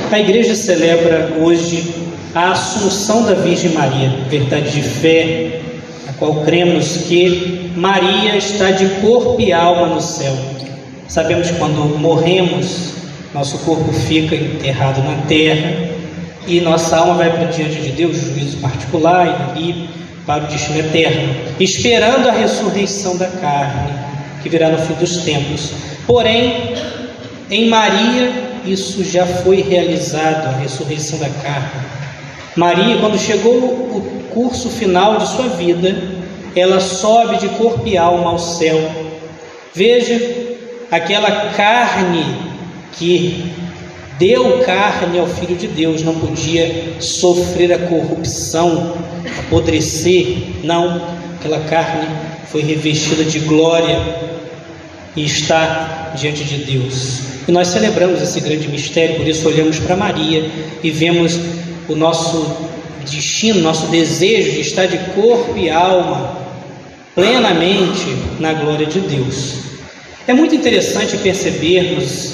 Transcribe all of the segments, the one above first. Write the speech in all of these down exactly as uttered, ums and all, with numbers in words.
A igreja celebra hoje a Assunção da Virgem Maria, verdade de fé, a qual cremos que Maria está de corpo e alma no céu. Sabemos que quando morremos, nosso corpo fica enterrado na terra e nossa alma vai para diante de Deus, juízo particular e ali para o destino eterno, esperando a ressurreição da carne, que virá no fim dos tempos. Porém, em Maria, isso já foi realizado, a ressurreição da carne. Maria, quando chegou o curso final de sua vida, ela sobe de corpo e alma ao céu. Veja, aquela carne que deu carne ao Filho de Deus não podia sofrer a corrupção, apodrecer, não. Aquela carne foi revestida de glória e está diante de Deus. E nós celebramos esse grande mistério, por isso olhamos para Maria e vemos o nosso destino, nosso desejo de estar de corpo e alma plenamente na glória de Deus. É muito interessante percebermos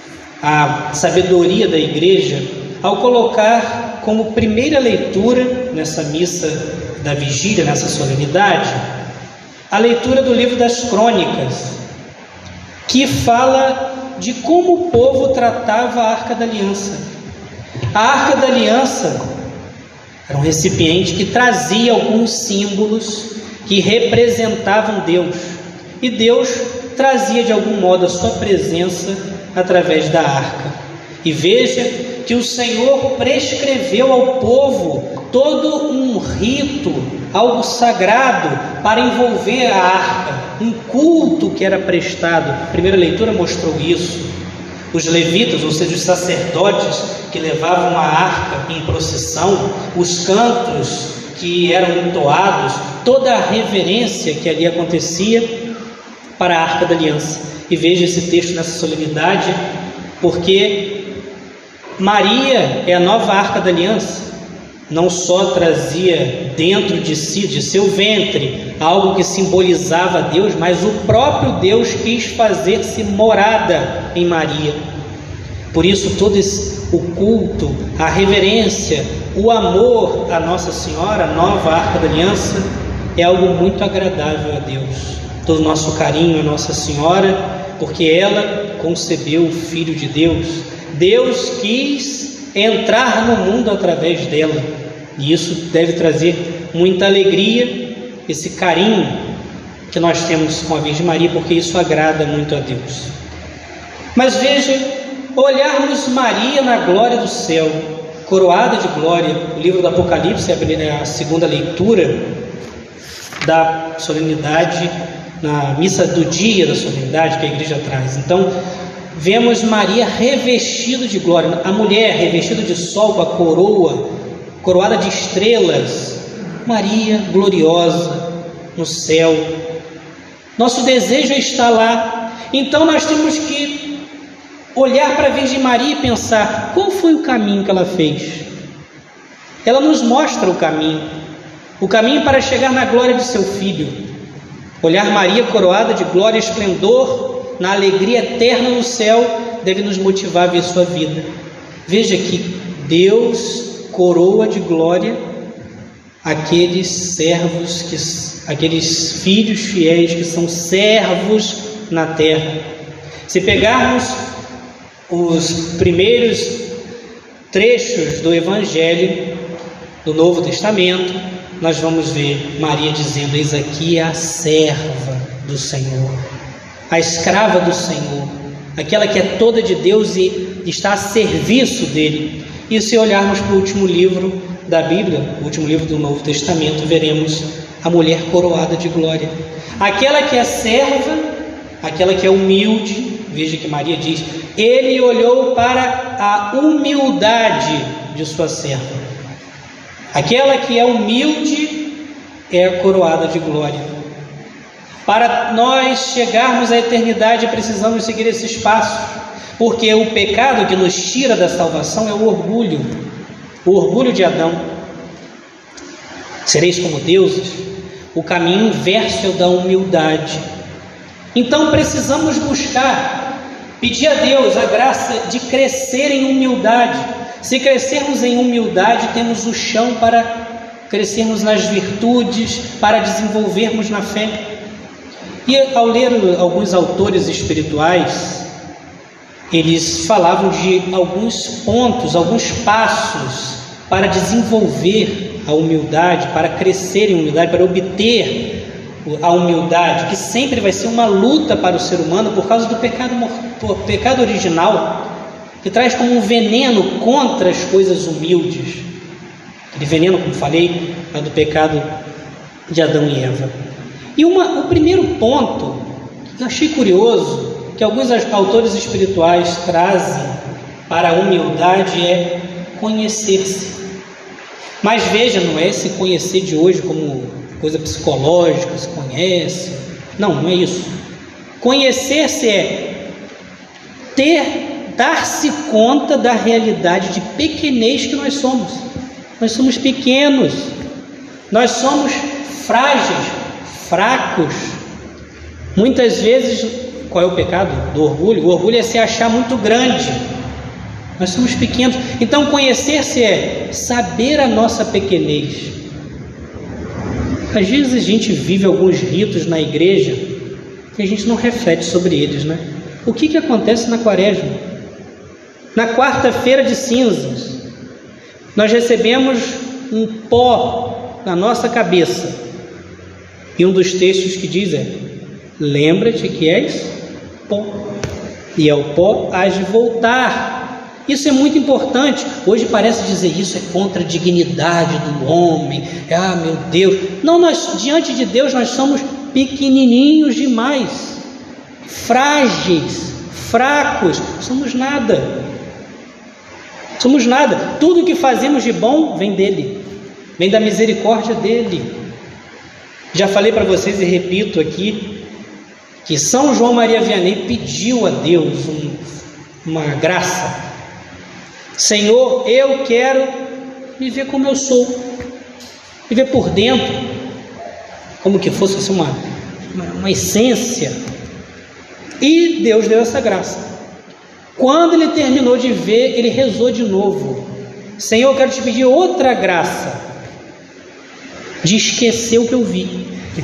a sabedoria da igreja ao colocar como primeira leitura nessa missa da vigília, nessa solenidade, a leitura do livro das Crônicas, que fala de como o povo tratava a Arca da Aliança. A Arca da Aliança era um recipiente que trazia alguns símbolos que representavam Deus, e Deus trazia de algum modo a sua presença através da arca. E veja que o Senhor prescreveu ao povo todo um rito, algo sagrado para envolver a arca, um culto que era prestado. A primeira leitura mostrou isso. Os levitas, ou seja, os sacerdotes que levavam a arca em procissão, os cantos que eram entoados, toda a reverência que ali acontecia para a Arca da Aliança. E veja esse texto nessa solenidade, porque Maria é a nova Arca da Aliança. Não só trazia dentro de si, de seu ventre, algo que simbolizava Deus, mas o próprio Deus quis fazer-se morada em Maria. Por isso todo esse, o culto, a reverência, o amor à Nossa Senhora, a nova Arca da Aliança, é algo muito agradável a Deus. Todo o nosso carinho à Nossa Senhora, porque ela concebeu o Filho de Deus. Deus quis entrar no mundo através dela, e isso deve trazer muita alegria, esse carinho que nós temos com a Virgem Maria, porque isso agrada muito a Deus. Mas veja, olharmos Maria na glória do céu, coroada de glória. O livro do Apocalipse é a segunda leitura da solenidade, na missa do dia da solenidade que a igreja traz. Então, vemos Maria revestida de glória, a mulher revestida de sol com a coroa, coroada de estrelas, Maria gloriosa no céu. Nosso desejo é estar lá. Então nós temos que olhar para a Virgem Maria e pensar, qual foi o caminho que ela fez? Ela nos mostra o caminho, o caminho para chegar na glória de seu Filho. Olhar Maria coroada de glória e esplendor, na alegria eterna no céu, deve nos motivar a ver sua vida. Veja que Deus coroa de glória aqueles servos, que, aqueles filhos fiéis que são servos na terra. Se pegarmos os primeiros trechos do Evangelho do Novo Testamento, nós vamos ver Maria dizendo: eis aqui a serva do Senhor, a escrava do Senhor, aquela que é toda de Deus e está a serviço dele. E se olharmos para o último livro da Bíblia, o último livro do Novo Testamento, veremos a mulher coroada de glória, aquela que é serva, aquela que é humilde. Veja que Maria diz: ele olhou para a humildade de sua serva. Aquela que é humilde é a coroada de glória. Para nós chegarmos à eternidade, precisamos seguir esses passos, porque o pecado que nos tira da salvação é o orgulho, o orgulho de Adão. Sereis como deuses. O caminho inverso é o da humildade. Então precisamos buscar, pedir a Deus a graça de crescer em humildade, Se crescermos em humildade, temos o chão para crescermos nas virtudes, para desenvolvermos na fé. E ao ler alguns autores espirituais, eles falavam de alguns pontos, alguns passos para desenvolver a humildade, para crescer em humildade, para obter a humildade, que sempre vai ser uma luta para o ser humano por causa do pecado, do pecado original, que traz como um veneno contra as coisas humildes. Aquele veneno, como falei, é do pecado de Adão e Eva. E uma, o primeiro ponto que eu achei curioso, que alguns autores espirituais trazem para a humildade, é conhecer-se. Mas veja, não é esse conhecer de hoje como coisa psicológica, se conhece. Não, não é isso. Conhecer-se é ter, dar-se conta da realidade de pequenez que nós somos. Nós somos pequenos, nós somos frágeis, fracos. Muitas vezes, qual é o pecado do orgulho? O orgulho é se achar muito grande. Nós somos pequenos. Então conhecer-se é saber a nossa pequenez. Às vezes a gente vive alguns ritos na igreja e a gente não reflete sobre eles, né? O que que acontece na quaresma? Na quarta-feira de cinzas, nós recebemos um pó na nossa cabeça. E um dos textos que diz é: lembra-te que és pó, e ao pó hás de voltar. Isso é muito importante. Hoje parece dizer isso é contra a dignidade do homem. Ah, meu Deus. Não, nós, diante de Deus, nós somos pequenininhos demais, frágeis, fracos, somos nada. Somos nada. Tudo que fazemos de bom vem dele, vem da misericórdia dele. Já falei para vocês e repito aqui que São João Maria Vianney pediu a Deus um, uma graça. Senhor, eu quero viver como eu sou, viver por dentro, como que fosse assim, uma, uma, uma essência. E Deus deu essa graça. Quando ele terminou de ver, ele rezou de novo: Senhor, eu quero te pedir outra graça de esquecer o que eu vi.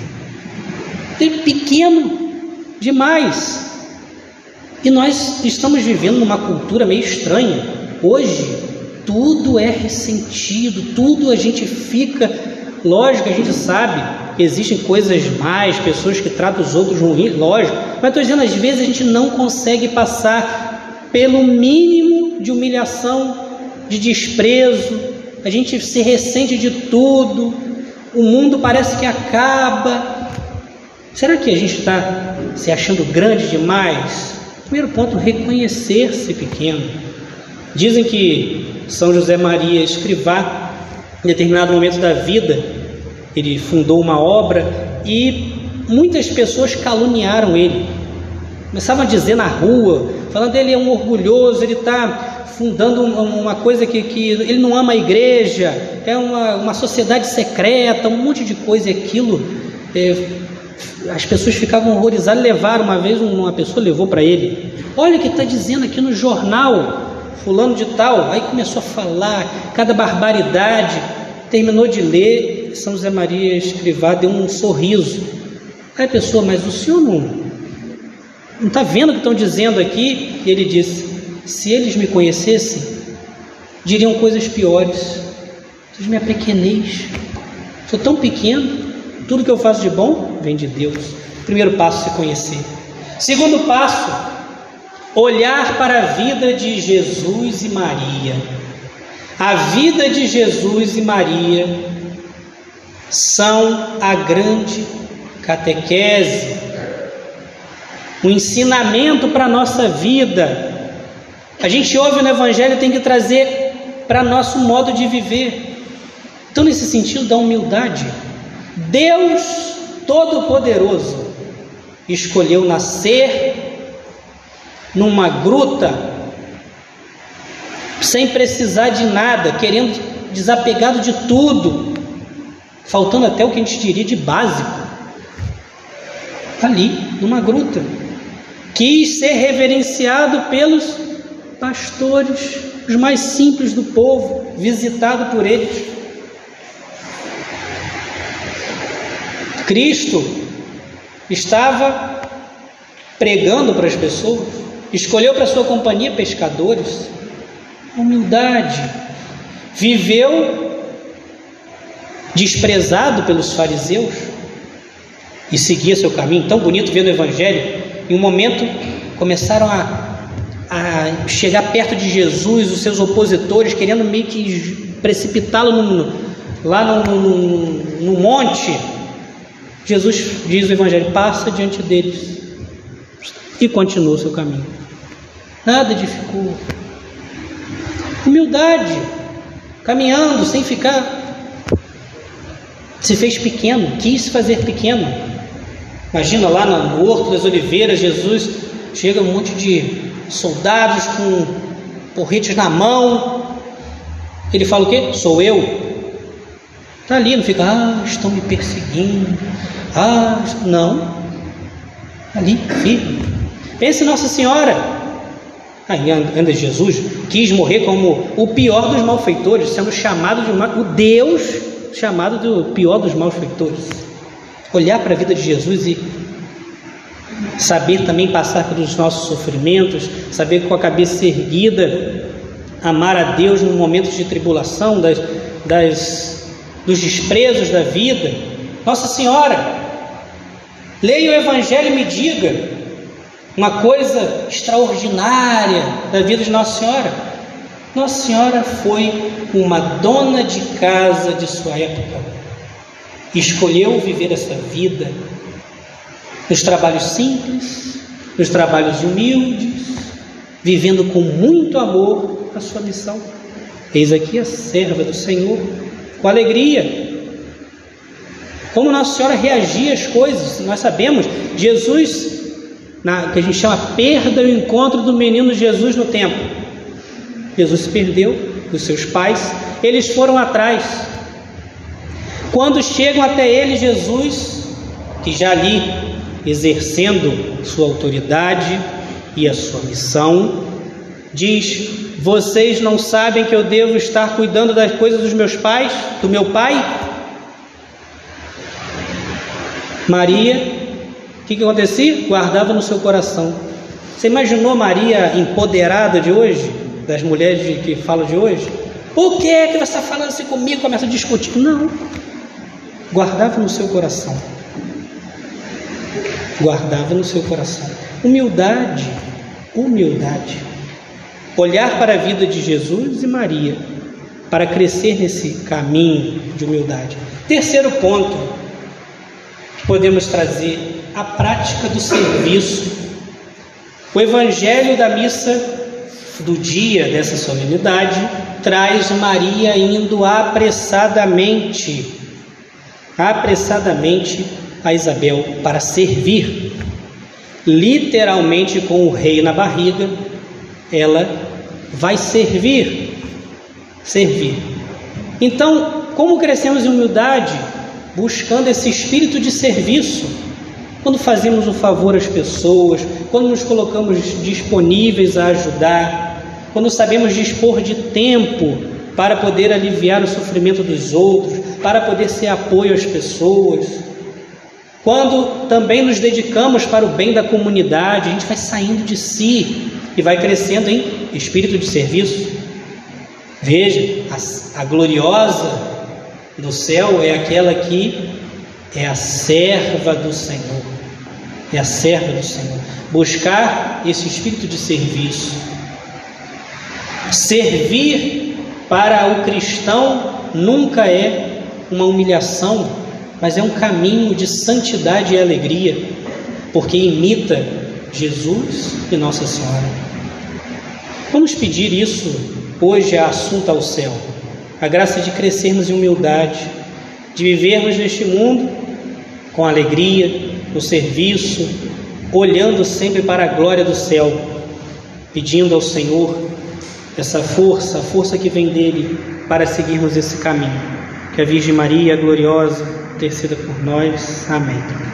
Pequeno demais. E nós estamos vivendo numa cultura meio estranha. Hoje, tudo é ressentido, tudo a gente fica... Lógico, a gente sabe que existem coisas mais, pessoas que tratam os outros ruins, lógico. Mas estou dizendo, às vezes a gente não consegue passar pelo mínimo de humilhação, de desprezo. A gente se ressente de tudo. O mundo parece que acaba. Será que a gente está se achando grande demais? Primeiro ponto, reconhecer-se pequeno. Dizem que São José Maria Escrivá, em determinado momento da vida, ele fundou uma obra e muitas pessoas caluniaram ele. Começavam a dizer na rua, falando: ele é um orgulhoso, ele está fundando uma coisa que, que ele não ama a igreja, é uma, uma sociedade secreta, um monte de coisa. E aquilo, é, as pessoas ficavam horrorizadas. Levaram uma vez, uma pessoa levou para ele: olha o que está dizendo aqui no jornal, fulano de tal. Aí começou a falar cada barbaridade. Terminou de ler, São José Maria Escrivá deu um sorriso. Aí a pessoa: mas o senhor não não está vendo o que estão dizendo aqui? E ele disse: se eles me conhecessem, diriam coisas piores. Vocês me apequeneis, sou tão pequeno, tudo que eu faço de bom vem de Deus. Primeiro passo, se conhecer. Segundo passo, olhar para a vida de Jesus e Maria. A vida de Jesus e Maria são a grande catequese, um ensinamento para a nossa vida. A gente ouve no Evangelho, tem que trazer para nosso modo de viver. Então, nesse sentido da humildade, Deus Todo-Poderoso escolheu nascer numa gruta, sem precisar de nada, querendo, desapegado de tudo, faltando até o que a gente diria de básico, ali numa gruta. Quis ser reverenciado pelos pastores, os mais simples do povo, visitado por eles. Cristo estava pregando para as pessoas, escolheu para sua companhia pescadores, humildade, viveu desprezado pelos fariseus e seguia seu caminho, tão bonito vendo o Evangelho. Em um momento começaram a, a chegar perto de Jesus os seus opositores, querendo meio que precipitá-lo no, lá no, no, no monte. Jesus diz no Evangelho: passa diante deles, e continua o seu caminho. Nada dificultou. Humildade, caminhando sem ficar. Se fez pequeno, quis se fazer pequeno. Imagina lá no Horto das Oliveiras, Jesus chega um monte de soldados com porretes na mão. Ele fala o quê? Sou eu. Está ali, não fica, ah, estão me perseguindo. Ah, não. Ali, firme. Pense em Nossa Senhora. Aí anda Jesus, quis morrer como o pior dos malfeitores, sendo chamado de uma, o Deus chamado do pior dos malfeitores. Olhar para a vida de Jesus e saber também passar pelos nossos sofrimentos, saber com a cabeça erguida, amar a Deus no momento de tribulação, das, das, dos desprezos da vida. Nossa Senhora, leia o Evangelho e me diga uma coisa extraordinária da vida de Nossa Senhora. Nossa Senhora foi uma dona de casa de sua época. Escolheu viver essa vida nos trabalhos simples, nos trabalhos humildes, vivendo com muito amor a sua missão. Eis aqui a serva do Senhor, com alegria. Como Nossa Senhora reagia às coisas, nós sabemos. Jesus, na, que a gente chama perda, o encontro do menino Jesus no templo. Jesus se perdeu dos seus pais, eles foram atrás. Quando chegam até ele, Jesus, que já ali exercendo sua autoridade e a sua missão, diz: vocês não sabem que eu devo estar cuidando das coisas dos meus pais, do meu pai? Maria, o que, que acontecia? Guardava no seu coração. Você imaginou Maria empoderada de hoje? Das mulheres de, que falam de hoje? Por que é que você está falando assim comigo? Começa a discutir. Não. Guardava no seu coração. Guardava no seu coração. Humildade. Humildade. Olhar para a vida de Jesus e Maria para crescer nesse caminho de humildade. Terceiro ponto que podemos trazer: a prática do serviço. O Evangelho da missa do dia dessa solenidade traz Maria indo apressadamente, apressadamente a Isabel para servir, literalmente com o rei na barriga. Ela vai servir, servir. Então, como crescemos em humildade? Buscando esse espírito de serviço. Quando fazemos um favor às pessoas, quando nos colocamos disponíveis a ajudar, quando sabemos dispor de tempo para poder aliviar o sofrimento dos outros, para poder ser apoio às pessoas, quando também nos dedicamos para o bem da comunidade, a gente vai saindo de si e vai crescendo em espírito de serviço. Veja, a, a gloriosa do céu é aquela que é a serva do Senhor, é a serva do Senhor. Buscar esse espírito de serviço. Servir para o cristão nunca é uma humilhação, mas é um caminho de santidade e alegria, porque imita Jesus e Nossa Senhora. Vamos pedir isso hoje a Assunta ao Céu, a graça de crescermos em humildade, de vivermos neste mundo com alegria, no serviço, olhando sempre para a glória do céu, pedindo ao Senhor essa força, a força que vem dele para seguirmos esse caminho. Que a Virgem Maria, gloriosa, interceda por nós. Amém.